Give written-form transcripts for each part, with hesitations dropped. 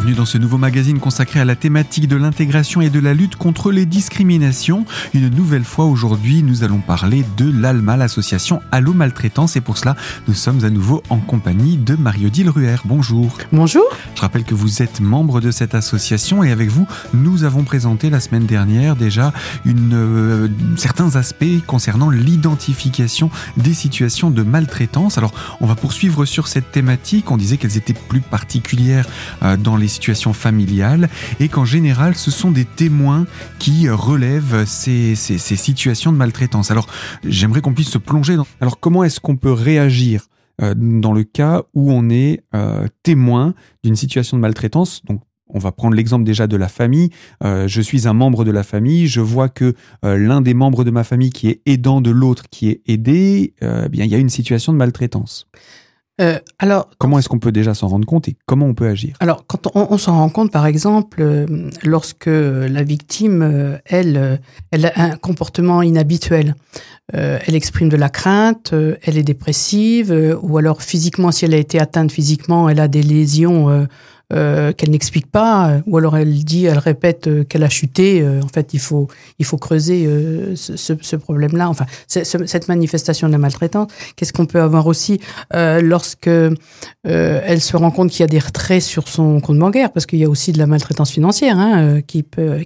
bienvenue dans ce nouveau magazine consacré à la thématique de l'intégration et de la lutte contre les discriminations. Une nouvelle fois aujourd'hui, nous allons parler de l'ALMA, l'association Allo Maltraitance, et pour cela, nous sommes à nouveau en compagnie de Marie-Odile Ruher. Bonjour. Bonjour. Je rappelle que vous êtes membre de cette association et avec vous, nous avons présenté la semaine dernière déjà certains aspects concernant l'identification des situations de maltraitance. Alors, on va poursuivre sur cette thématique. On disait qu'elles étaient plus particulières dans les situations familiales et qu'en général, ce sont des témoins qui relèvent ces situations de maltraitance. Alors, j'aimerais qu'on puisse se plonger dans... Alors, comment est-ce qu'on peut réagir dans le cas où on est témoin d'une situation de maltraitance? Donc, on va prendre l'exemple déjà de la famille. Je suis un membre de la famille. Je vois que l'un des membres de ma famille qui est aidant de l'autre qui est aidé, bien, il y a une situation de maltraitance. Comment est-ce qu'on peut déjà s'en rendre compte et comment on peut agir? Alors, quand on s'en rend compte, par exemple, lorsque la victime, elle a un comportement inhabituel. Elle exprime de la crainte, elle est dépressive, ou alors physiquement, si elle a été atteinte physiquement, elle a des lésions qu'elle n'explique pas, ou alors elle répète qu'elle a chuté. En fait, il faut creuser ce problème-là. Enfin, cette manifestation de la maltraitance. Qu'est-ce qu'on peut avoir aussi lorsque elle se rend compte qu'il y a des retraits sur son compte bancaire, parce qu'il y a aussi de la maltraitance financière qui peut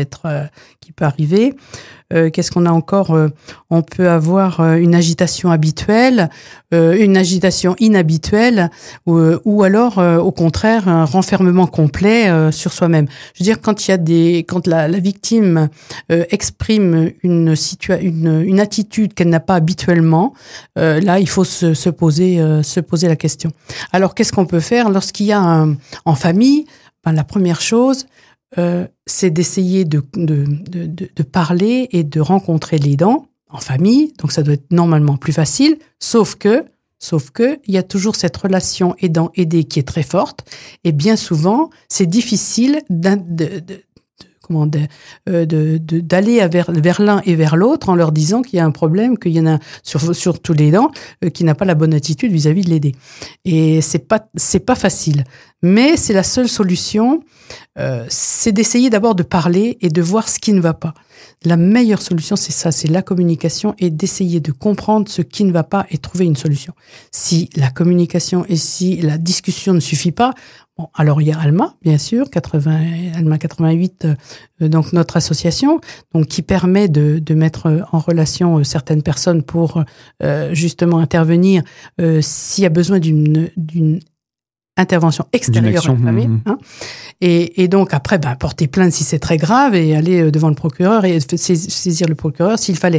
arriver. Qu'est-ce qu'on a encore? On peut avoir une agitation habituelle, une agitation inhabituelle, ou alors, au contraire, un renfermement complet sur soi-même. Je veux dire, quand la victime exprime une attitude qu'elle n'a pas habituellement, là, il faut se poser la question. Alors, qu'est-ce qu'on peut faire lorsqu'il y a en famille? La première chose, c'est d'essayer de parler et de rencontrer l'aidant en famille. Donc, ça doit être normalement plus facile, sauf que il y a toujours cette relation aidant-aidé qui est très forte. Et bien souvent, c'est difficile d'aller vers l'un et vers l'autre en leur disant qu'il y a un problème, qu'il y en a surtout l'aidant qui n'a pas la bonne attitude vis-à-vis de l'aider. Et c'est pas facile. Mais c'est la seule solution, c'est d'essayer d'abord de parler et de voir ce qui ne va pas. La meilleure solution, c'est ça, c'est la communication et d'essayer de comprendre ce qui ne va pas et trouver une solution. Si la communication et si la discussion ne suffit pas, bon, alors il y a Alma, bien sûr, Alma 88, donc notre association, donc qui permet de mettre en relation certaines personnes pour justement intervenir s'il y a besoin d'une intervention extérieure à la famille. Et donc après, porter plainte si c'est très grave et aller devant le procureur et saisir le procureur s'il fallait.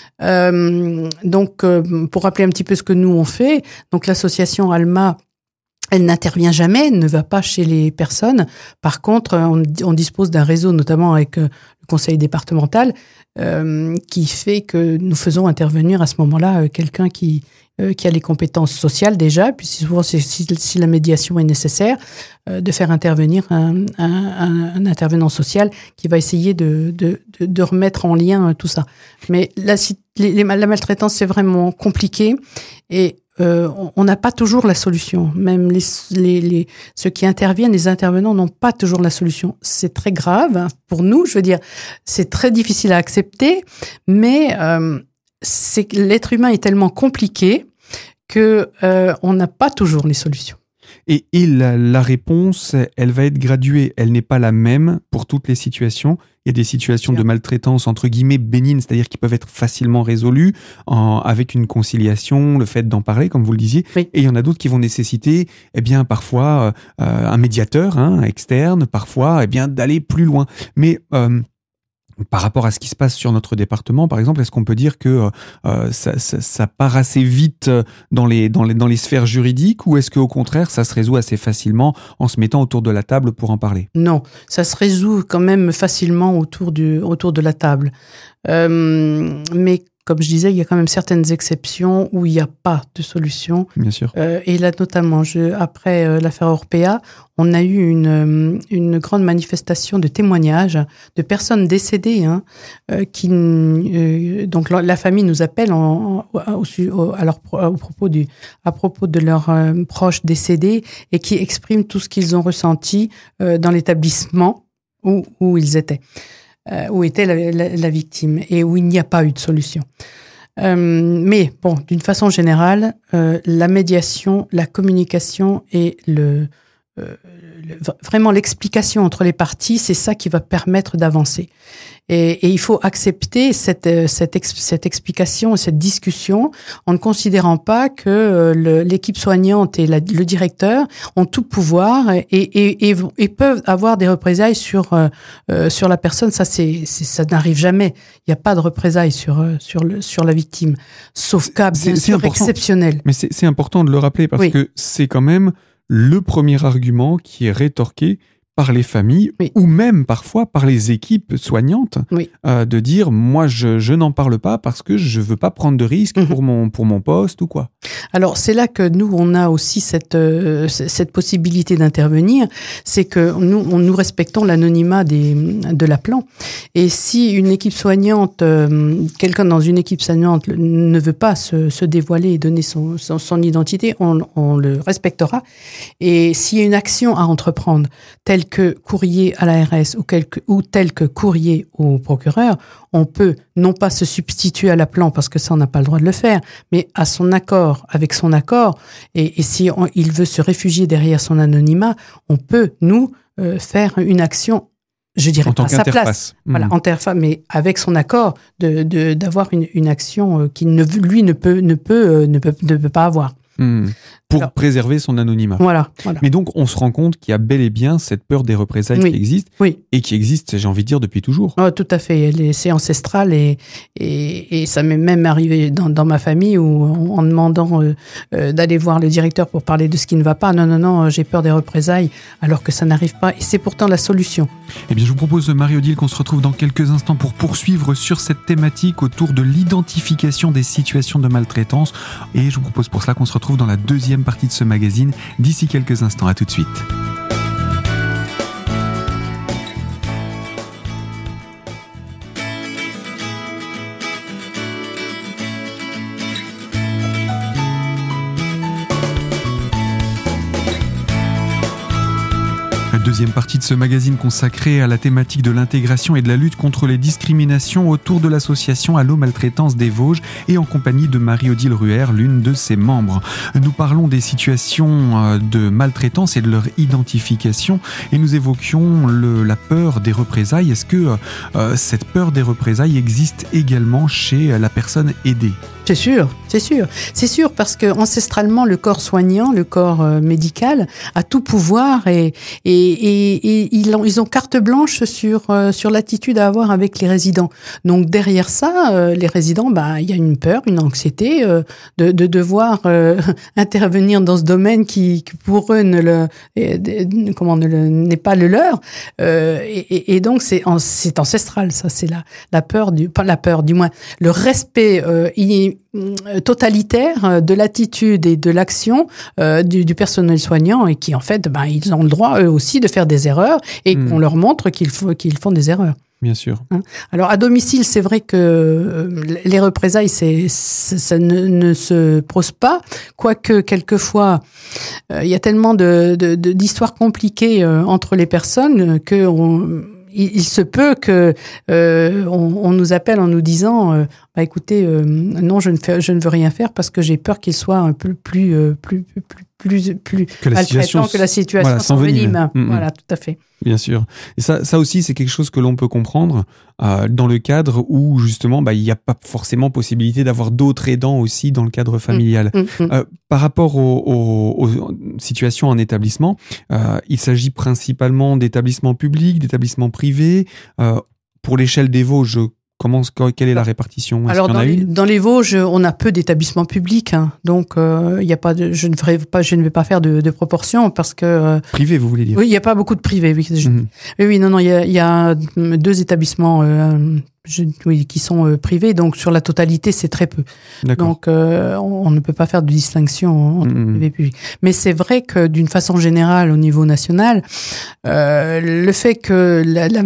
Donc, pour rappeler un petit peu ce que nous on fait, donc l'association Alma, elle n'intervient jamais, elle ne va pas chez les personnes. Par contre, on dispose d'un réseau, notamment avec le conseil départemental, qui fait que nous faisons intervenir à ce moment-là quelqu'un qui a les compétences sociales déjà, puis souvent si la médiation est nécessaire, de faire intervenir un intervenant social qui va essayer de remettre en lien tout ça. Mais la maltraitance, c'est vraiment compliqué et on n'a pas toujours la solution. Même ceux qui interviennent, les intervenants n'ont pas toujours la solution. C'est très grave pour nous, je veux dire, c'est très difficile à accepter, mais l'être humain est tellement compliqué que on n'a pas toujours les solutions. Et la réponse, elle va être graduée. Elle n'est pas la même pour toutes les situations. Il y a des situations de maltraitance, entre guillemets, bénignes, c'est-à-dire qui peuvent être facilement résolues avec une conciliation, le fait d'en parler, comme vous le disiez. Oui. Et il y en a d'autres qui vont nécessiter, parfois, un médiateur externe, parfois, d'aller plus loin. Mais... par rapport à ce qui se passe sur notre département, par exemple, est-ce qu'on peut dire que ça part assez vite dans les sphères juridiques ou est-ce qu'au contraire, ça se résout assez facilement en se mettant autour de la table pour en parler? Non, ça se résout quand même facilement autour de la table. Mais comme je disais, il y a quand même certaines exceptions où il n'y a pas de solution. Bien sûr. Et là, notamment, après l'affaire Orpea, on a eu une grande manifestation de témoignages de personnes décédées, donc la famille nous appelle à propos de leurs proches décédés et qui expriment tout ce qu'ils ont ressenti dans l'établissement où ils étaient, où était la victime et où il n'y a pas eu de solution. Mais bon, d'une façon générale, la médiation, la communication et vraiment l'explication entre les parties, c'est ça qui va permettre d'avancer. Et il faut accepter cette explication et cette discussion en ne considérant pas que l'équipe soignante et le directeur ont tout pouvoir et peuvent avoir des représailles sur la personne. Ça n'arrive jamais. Il n'y a pas de représailles sur la victime, sauf cas bien sûr exceptionnel. Mais c'est important de le rappeler parce que c'est quand même le premier argument qui est rétorqué par les familles ou même parfois par les équipes soignantes de dire moi je n'en parle pas parce que je veux pas prendre de risques pour mon poste ou quoi. Alors c'est là que nous on a aussi cette possibilité d'intervenir, c'est que nous respectons l'anonymat de l'appelant et si une équipe soignante quelqu'un dans une équipe soignante ne veut pas se dévoiler et donner son identité, on le respectera et s'il y a une action à entreprendre telle que courrier à l'ARS ou tel que courrier au procureur, on peut non pas se substituer à l'appelant parce que ça on n'a pas le droit de le faire, mais avec son accord, et si il veut se réfugier derrière son anonymat, on peut nous faire une action, je dirais pas à sa place, voilà, mais avec son accord d'avoir une action qu'il ne peut pas avoir. Pour préserver son anonymat. Voilà. Mais donc, on se rend compte qu'il y a bel et bien cette peur des représailles qui existe, et qui existe, j'ai envie de dire, depuis toujours. Oh, tout à fait. C'est ancestral et ça m'est même arrivé dans ma famille où, en demandant d'aller voir le directeur pour parler de ce qui ne va pas, non, j'ai peur des représailles, alors que ça n'arrive pas. Et c'est pourtant la solution. Eh bien, je vous propose, Marie-Odile, qu'on se retrouve dans quelques instants pour poursuivre sur cette thématique autour de l'identification des situations de maltraitance. Et je vous propose pour cela qu'on se retrouve dans la deuxième partie de ce magazine d'ici quelques instants. À tout de suite. Deuxième partie de ce magazine consacré à la thématique de l'intégration et de la lutte contre les discriminations autour de l'association Allo Maltraitance des Vosges et en compagnie de Marie-Odile Ruher, l'une de ses membres. Nous parlons des situations de maltraitance et de leur identification et nous évoquions la peur des représailles. Est-ce que cette peur des représailles existe également chez la personne aidée ? C'est sûr parce que ancestralement le corps soignant, le corps médical a tout pouvoir et ils ont carte blanche sur l'attitude à avoir avec les résidents. Donc derrière ça, les résidents, il y a une peur, une anxiété de devoir intervenir dans ce domaine qui pour eux n'est pas le leur. Et donc c'est ancestral, ça c'est la peur pas la peur, du moins le respect totalitaire de l'attitude et de l'action du personnel soignant et qui en fait ils ont le droit eux aussi de faire des erreurs et qu'on leur montre qu'ils font des erreurs. Bien sûr. Alors à domicile, c'est vrai que les représailles, ça ne se pose pas, quoique quelquefois il y a tellement d'histoires compliquées entre les personnes que il se peut que on nous appelle en nous disant écoutez non je ne veux rien faire parce que j'ai peur qu'il soit un peu plus maltraitant, que la situation s'envenime. Voilà, tout à fait. Bien sûr. Et ça aussi, c'est quelque chose que l'on peut comprendre dans le cadre où, justement, il n'y a pas forcément possibilité d'avoir d'autres aidants aussi dans le cadre familial. Par rapport aux situations en établissement, il s'agit principalement d'établissements publics, d'établissements privés. Pour l'échelle des Vosges, quelle est la répartition ? Alors dans les Vosges, on a peu d'établissements publics, donc il y a pas je ne vais pas faire de proportion parce que privé, vous voulez dire ? Oui, il y a pas beaucoup de privés. Oui, oui, non, il y a 2 établissements qui sont privés. Donc, sur la totalité, c'est très peu. D'accord. Donc, on ne peut pas faire de distinction entre privé et public. Mais c'est vrai que, d'une façon générale, au niveau national, le fait que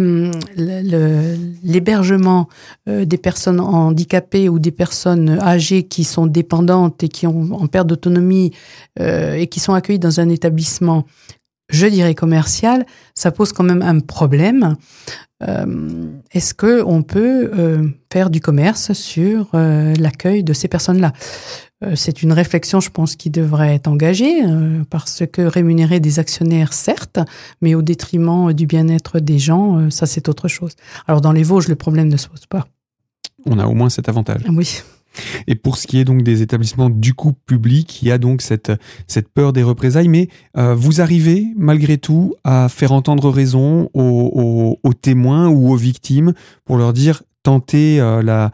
l'hébergement des personnes handicapées ou des personnes âgées qui sont dépendantes et qui ont en perte d'autonomie et qui sont accueillies dans un établissement, je dirais commercial, ça pose quand même un problème. Est-ce qu'on peut faire du commerce sur l'accueil de ces personnes-là ? C'est une réflexion, je pense, qui devrait être engagée, parce que rémunérer des actionnaires, certes, mais au détriment du bien-être des gens, ça c'est autre chose. Alors dans les Vosges, le problème ne se pose pas. On a au moins cet avantage. Oui. Et pour ce qui est donc des établissements du coup publics, il y a donc cette peur des représailles, mais vous arrivez malgré tout à faire entendre raison aux témoins ou aux victimes pour leur dire tenter la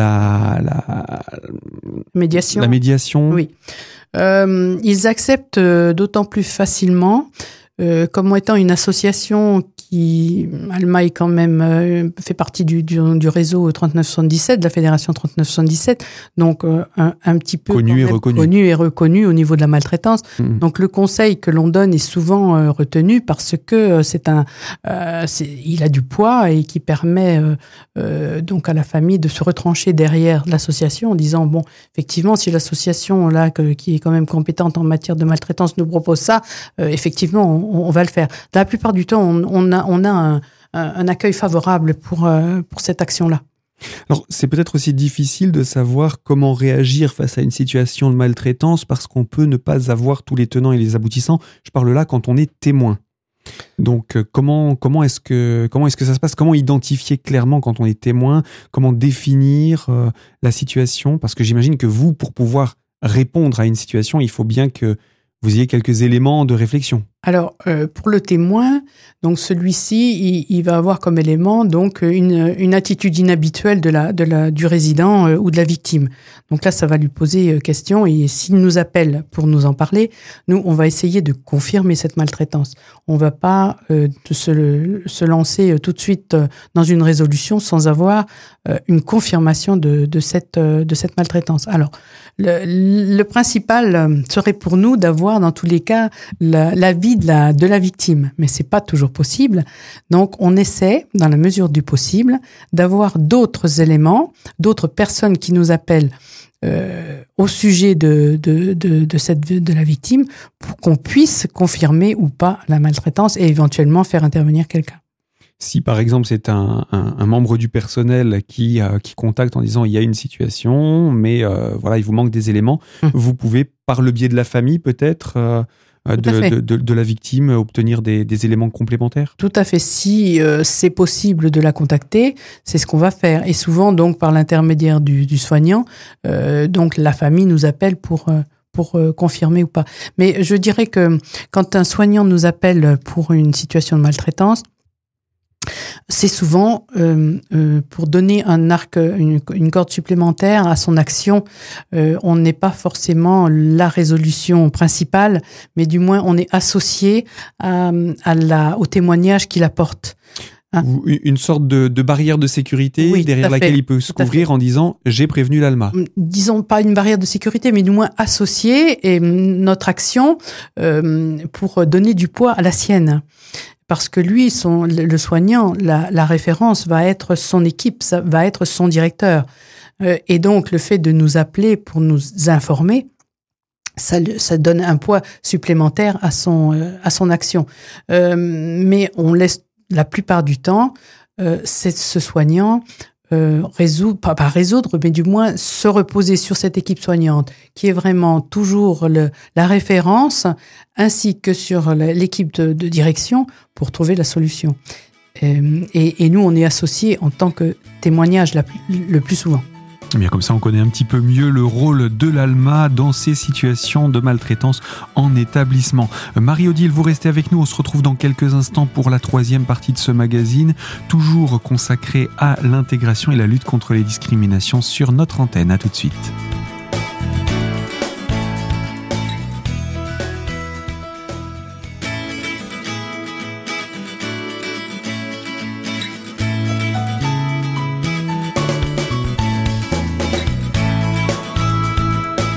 médiation. La médiation. Oui. Ils acceptent d'autant plus facilement comme étant une association qui, Alma est quand même, fait partie du réseau 3977, de la Fédération 3977, donc un petit peu connu et reconnu au niveau de la maltraitance. Donc le conseil que l'on donne est souvent retenu parce que il a du poids et qui permet donc à la famille de se retrancher derrière l'association en disant, bon, effectivement, si l'association là qui est quand même compétente en matière de maltraitance nous propose ça, effectivement, on va le faire. La plupart du temps, on a un accueil favorable pour cette action-là. Alors, c'est peut-être aussi difficile de savoir comment réagir face à une situation de maltraitance parce qu'on peut ne pas avoir tous les tenants et les aboutissants. Je parle là quand on est témoin. Donc, comment est-ce que ça se passe ? Comment identifier clairement quand on est témoin ? Comment définir la situation ? Parce que j'imagine que vous, pour pouvoir répondre à une situation, il faut bien que vous ayez quelques éléments de réflexion. Alors, pour le témoin, donc celui-ci, il va avoir comme élément donc une attitude inhabituelle du résident ou de la victime. Donc là, ça va lui poser question et s'il nous appelle pour nous en parler, nous, on va essayer de confirmer cette maltraitance. On va pas se lancer tout de suite dans une résolution sans avoir une confirmation de cette maltraitance. Alors, le principal serait pour nous d'avoir dans tous les cas l'avis de la victime, mais c'est pas toujours possible. Donc, on essaie, dans la mesure du possible, d'avoir d'autres éléments, d'autres personnes qui nous appellent au sujet de la victime pour qu'on puisse confirmer ou pas la maltraitance et éventuellement faire intervenir quelqu'un. Si par exemple c'est un membre du personnel qui contacte en disant il y a une situation, mais voilà, il vous manque des éléments, vous pouvez par le biais de la famille peut-être de la victime obtenir des éléments complémentaires ? Tout à fait. Si c'est possible de la contacter, c'est ce qu'on va faire. Et souvent, donc, par l'intermédiaire du soignant, donc la famille nous appelle pour confirmer ou pas. Mais je dirais que quand un soignant nous appelle pour une situation de maltraitance, c'est souvent pour donner une corde supplémentaire à son action. On n'est pas forcément la résolution principale, mais du moins on est associé au témoignage qu'il apporte. Ou une sorte de barrière de sécurité, oui, derrière laquelle il peut se couvrir en disant « j'ai prévenu l'ALMA ». Disons pas une barrière de sécurité, mais du moins associé et notre action pour donner du poids à la sienne. Parce que lui, le soignant, la référence va être son équipe, ça va être son directeur. Et donc, le fait de nous appeler pour nous informer, ça donne un poids supplémentaire à son action. Mais on laisse la plupart du temps ce soignant pas résoudre, mais du moins se reposer sur cette équipe soignante qui est vraiment toujours la référence, ainsi que sur l'équipe de direction pour trouver la solution. Et nous, on est associés en tant que témoignage le plus souvent. Eh bien, comme ça, on connaît un petit peu mieux le rôle de l'ALMA dans ces situations de maltraitance en établissement. Marie-Odile, vous restez avec nous. On se retrouve dans quelques instants pour la 3e partie de ce magazine, toujours consacrée à l'intégration et la lutte contre les discriminations sur notre antenne. À tout de suite.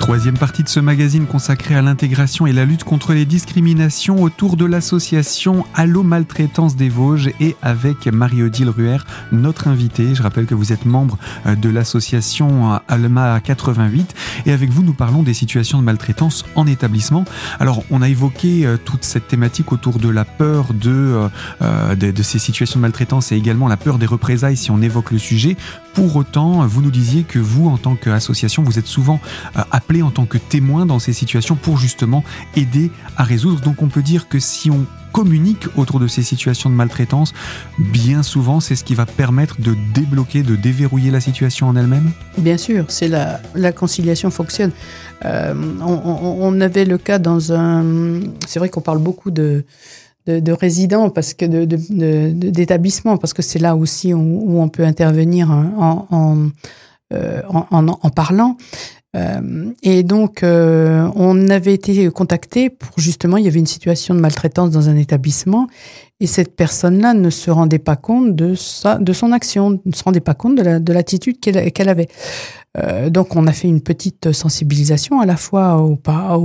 Troisième partie de ce magazine consacré à l'intégration et la lutte contre les discriminations autour de l'association Allo Maltraitance des Vosges et avec Marie-Odile Ruher, notre invitée. Je rappelle que vous êtes membre de l'association Alma 88 et avec vous nous parlons des situations de maltraitance en établissement. Alors on a évoqué toute cette thématique autour de la peur de ces situations de maltraitance et également la peur des représailles si on évoque le sujet. Pour autant, vous nous disiez que vous, en tant qu'association, vous êtes souvent appelé en tant que témoin dans ces situations pour justement aider à résoudre. Donc on peut dire que si on communique autour de ces situations de maltraitance, bien souvent c'est ce qui va permettre de débloquer, de déverrouiller la situation en elle-même. Bien sûr, c'est la conciliation fonctionne. On avait le cas dans un... C'est vrai qu'on parle beaucoup de résidents parce que d'établissements parce que c'est là aussi où on peut intervenir en parlant. Et donc, on avait été contacté pour justement, il y avait une situation de maltraitance dans un établissement et cette personne-là ne se rendait pas compte de son action, ne se rendait pas compte de l'attitude qu'elle avait. Donc, on a fait une petite sensibilisation à la fois aux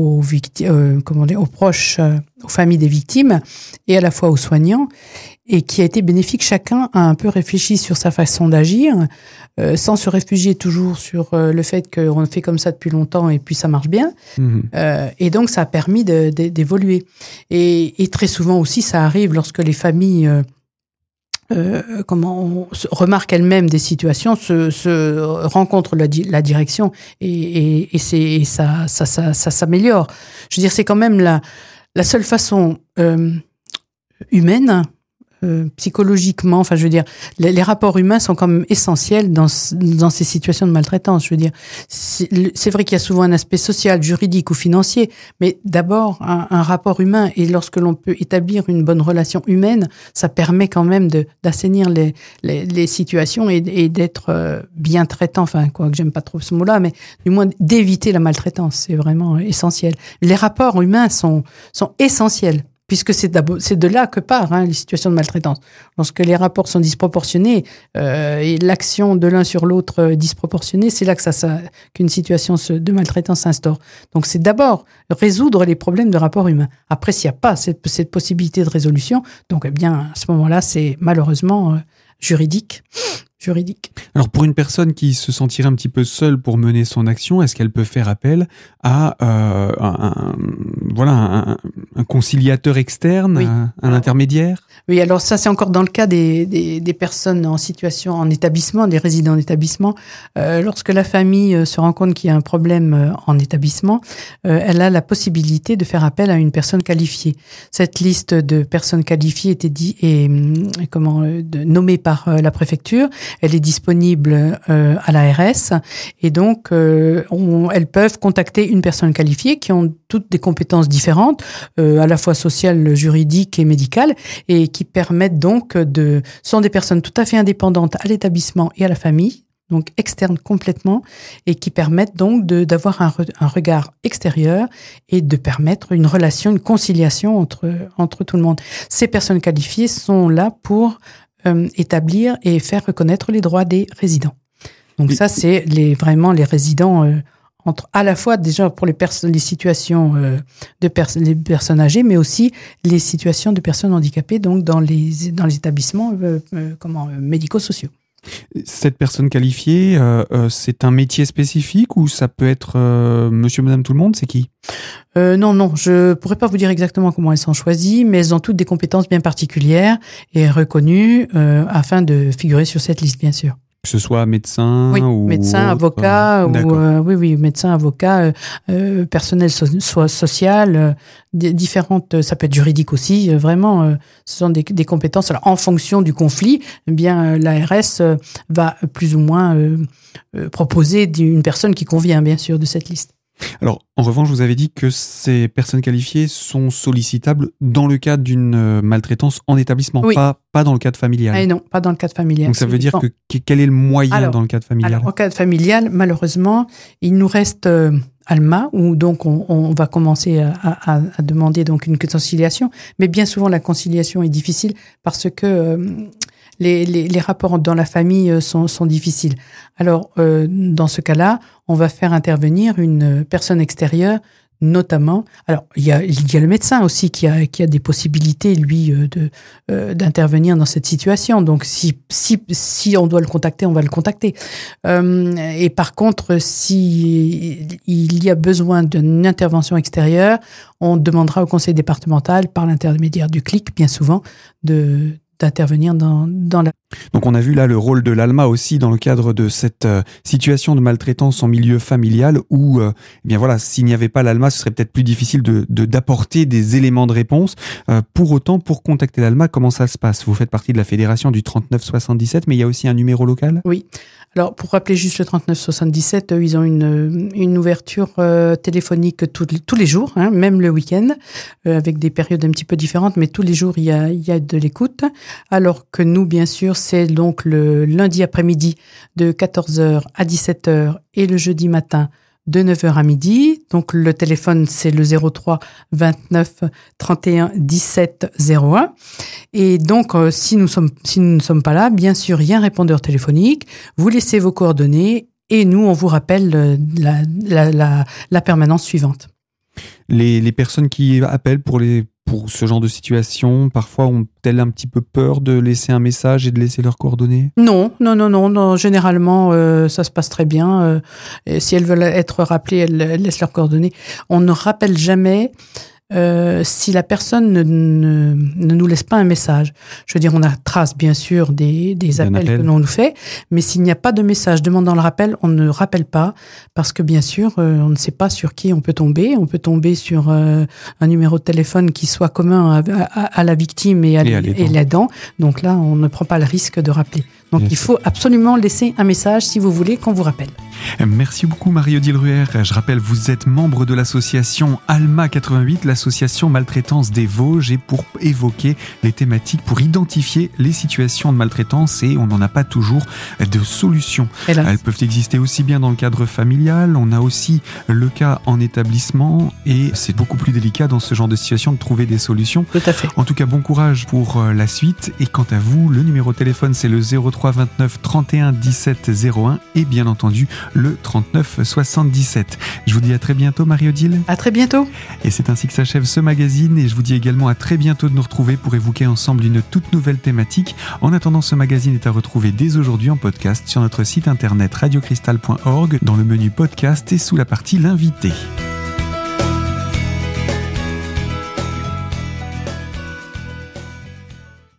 proches, aux familles des victimes et à la fois aux soignants et qui a été bénéfique. Chacun a un peu réfléchi sur sa façon d'agir, sans se réfugier toujours sur le fait qu'on fait comme ça depuis longtemps et puis ça marche bien. Et donc, ça a permis d'évoluer. Et très souvent aussi, ça arrive lorsque les familles remarquent elles-mêmes des situations, se rencontrent la direction et ça s'améliore. Je veux dire, c'est quand même la seule façon humaine, psychologiquement, enfin je veux dire, les rapports humains sont quand même essentiels dans ces situations de maltraitance. Je veux dire, c'est vrai qu'il y a souvent un aspect social, juridique ou financier, mais d'abord un rapport humain. Et lorsque l'on peut établir une bonne relation humaine, ça permet quand même d'assainir les situations et d'être bien traitant. Enfin, quoi que j'aime pas trop ce mot-là, mais du moins d'éviter la maltraitance, c'est vraiment essentiel. Les rapports humains sont essentiels. Puisque c'est de là que part les situations de maltraitance. Lorsque les rapports sont disproportionnés et l'action de l'un sur l'autre disproportionnée, c'est là qu'une situation de maltraitance s'instaure. Donc c'est d'abord résoudre les problèmes de rapports humains. Après, s'il n'y a pas cette possibilité de résolution, donc eh bien à ce moment-là, c'est malheureusement juridique. Alors pour une personne qui se sentirait un petit peu seule pour mener son action, est-ce qu'elle peut faire appel à un conciliateur externe, oui. un intermédiaire ? Oui, alors ça c'est encore dans le cas des personnes en situation en établissement, des résidents en établissement. Lorsque la famille se rend compte qu'il y a un problème en établissement, elle a la possibilité de faire appel à une personne qualifiée. Cette liste de personnes qualifiées était nommée par la préfecture. Elle est disponible à l'ARS et donc elles peuvent contacter une personne qualifiée qui ont toutes des compétences différentes, à la fois sociales, juridiques et médicales, et qui permettent donc sont des personnes tout à fait indépendantes à l'établissement et à la famille, donc externes complètement, et qui permettent donc d'avoir un regard extérieur et de permettre une relation, une conciliation entre tout le monde. Ces personnes qualifiées sont là pour établir et faire reconnaître les droits des résidents. Donc ça, c'est vraiment les résidents à la fois déjà pour les situations des personnes âgées, mais aussi les situations de personnes handicapées, donc dans les établissements médico-sociaux. Cette personne qualifiée, c'est un métier spécifique ou ça peut être monsieur, madame, tout le monde, c'est qui ? Non, je pourrais pas vous dire exactement comment elles sont choisies, mais elles ont toutes des compétences bien particulières et reconnues afin de figurer sur cette liste, bien sûr. Que ce soit médecin ou médecin, avocat, médecin, avocat, personnel social, différentes, ça peut être juridique aussi, vraiment, ce sont des compétences. Alors, en fonction du conflit, eh bien, l'ARS va plus ou moins proposer une personne qui convient, bien sûr, de cette liste. Alors, en revanche, vous avez dit que ces personnes qualifiées sont sollicitables dans le cadre d'une maltraitance en établissement, oui. pas dans le cadre familial. Ah non, pas dans le cadre familial. Donc ça veut dire que quel est le moyen dans le cadre familial ? Alors, en cadre familial, malheureusement, il nous reste Alma, où donc on va commencer à demander donc une conciliation, mais bien souvent la conciliation est difficile parce que les rapports dans la famille sont difficiles. Alors, dans ce cas-là, on va faire intervenir une personne extérieure, notamment. Alors, il y a le médecin aussi qui a des possibilités, lui, d'intervenir dans cette situation. Donc, si on doit le contacter, on va le contacter. Et par contre, si il y a besoin d'une intervention extérieure, on demandera au conseil départemental, par l'intermédiaire du CLIC, bien souvent, d'intervenir dans la... Donc on a vu là le rôle de l'ALMA aussi dans le cadre de cette situation de maltraitance en milieu familial où, eh bien voilà, s'il n'y avait pas l'ALMA, ce serait peut-être plus difficile d'apporter des éléments de réponse. Pour autant, pour contacter l'ALMA, comment ça se passe ? Vous faites partie de la fédération du 3977, mais il y a aussi un numéro local ? Oui. Alors, pour rappeler juste le 3977, ils ont une ouverture téléphonique tous les jours, hein, même le week-end, avec des périodes un petit peu différentes, mais tous les jours, il y a de l'écoute. Alors que nous, bien sûr, c'est donc le lundi après-midi de 14h à 17h et le jeudi matin de 9h à midi. Donc, le téléphone, c'est le 03 29 31 17 01. Et donc, si nous ne sommes pas là, bien sûr, il y a un répondeur téléphonique. Vous laissez vos coordonnées et nous, on vous rappelle la permanence suivante. Les personnes qui appellent pour ce genre de situation, parfois ont-elles un petit peu peur de laisser un message et de laisser leurs coordonnées ? Non. Généralement, ça se passe très bien. Et si elles veulent être rappelées, elles laissent leurs coordonnées. On ne rappelle jamais si la personne ne nous laisse pas un message. Je veux dire, on a trace, bien sûr, des appels que l'on nous fait, mais s'il n'y a pas de message demandant le rappel, on ne rappelle pas, parce que, bien sûr, on ne sait pas sur qui on peut tomber. On peut tomber sur un numéro de téléphone qui soit commun à la victime et l'aidant. Donc là, on ne prend pas le risque de rappeler. Donc il faut absolument laisser un message si vous voulez qu'on vous rappelle. Merci beaucoup Marie-Odile Ruher. Je rappelle, vous êtes membre de l'association ALMA 88, l'association maltraitance des Vosges, et pour évoquer les thématiques, pour identifier les situations de maltraitance, et on n'en a pas toujours de solution. Elles peuvent exister aussi bien dans le cadre familial, on a aussi le cas en établissement, et c'est beaucoup plus délicat dans ce genre de situation de trouver des solutions. Tout à fait. En tout cas, bon courage pour la suite, et quant à vous, le numéro de téléphone c'est le 03 29 31 17 01 et bien entendu le 39 77. Je vous dis à très bientôt Marie-Odile. À très bientôt. Et c'est ainsi que s'achève ce magazine, et je vous dis également à très bientôt de nous retrouver pour évoquer ensemble une toute nouvelle thématique. En attendant, ce magazine est à retrouver dès aujourd'hui en podcast sur notre site internet radiocristal.org dans le menu podcast et sous la partie l'invité.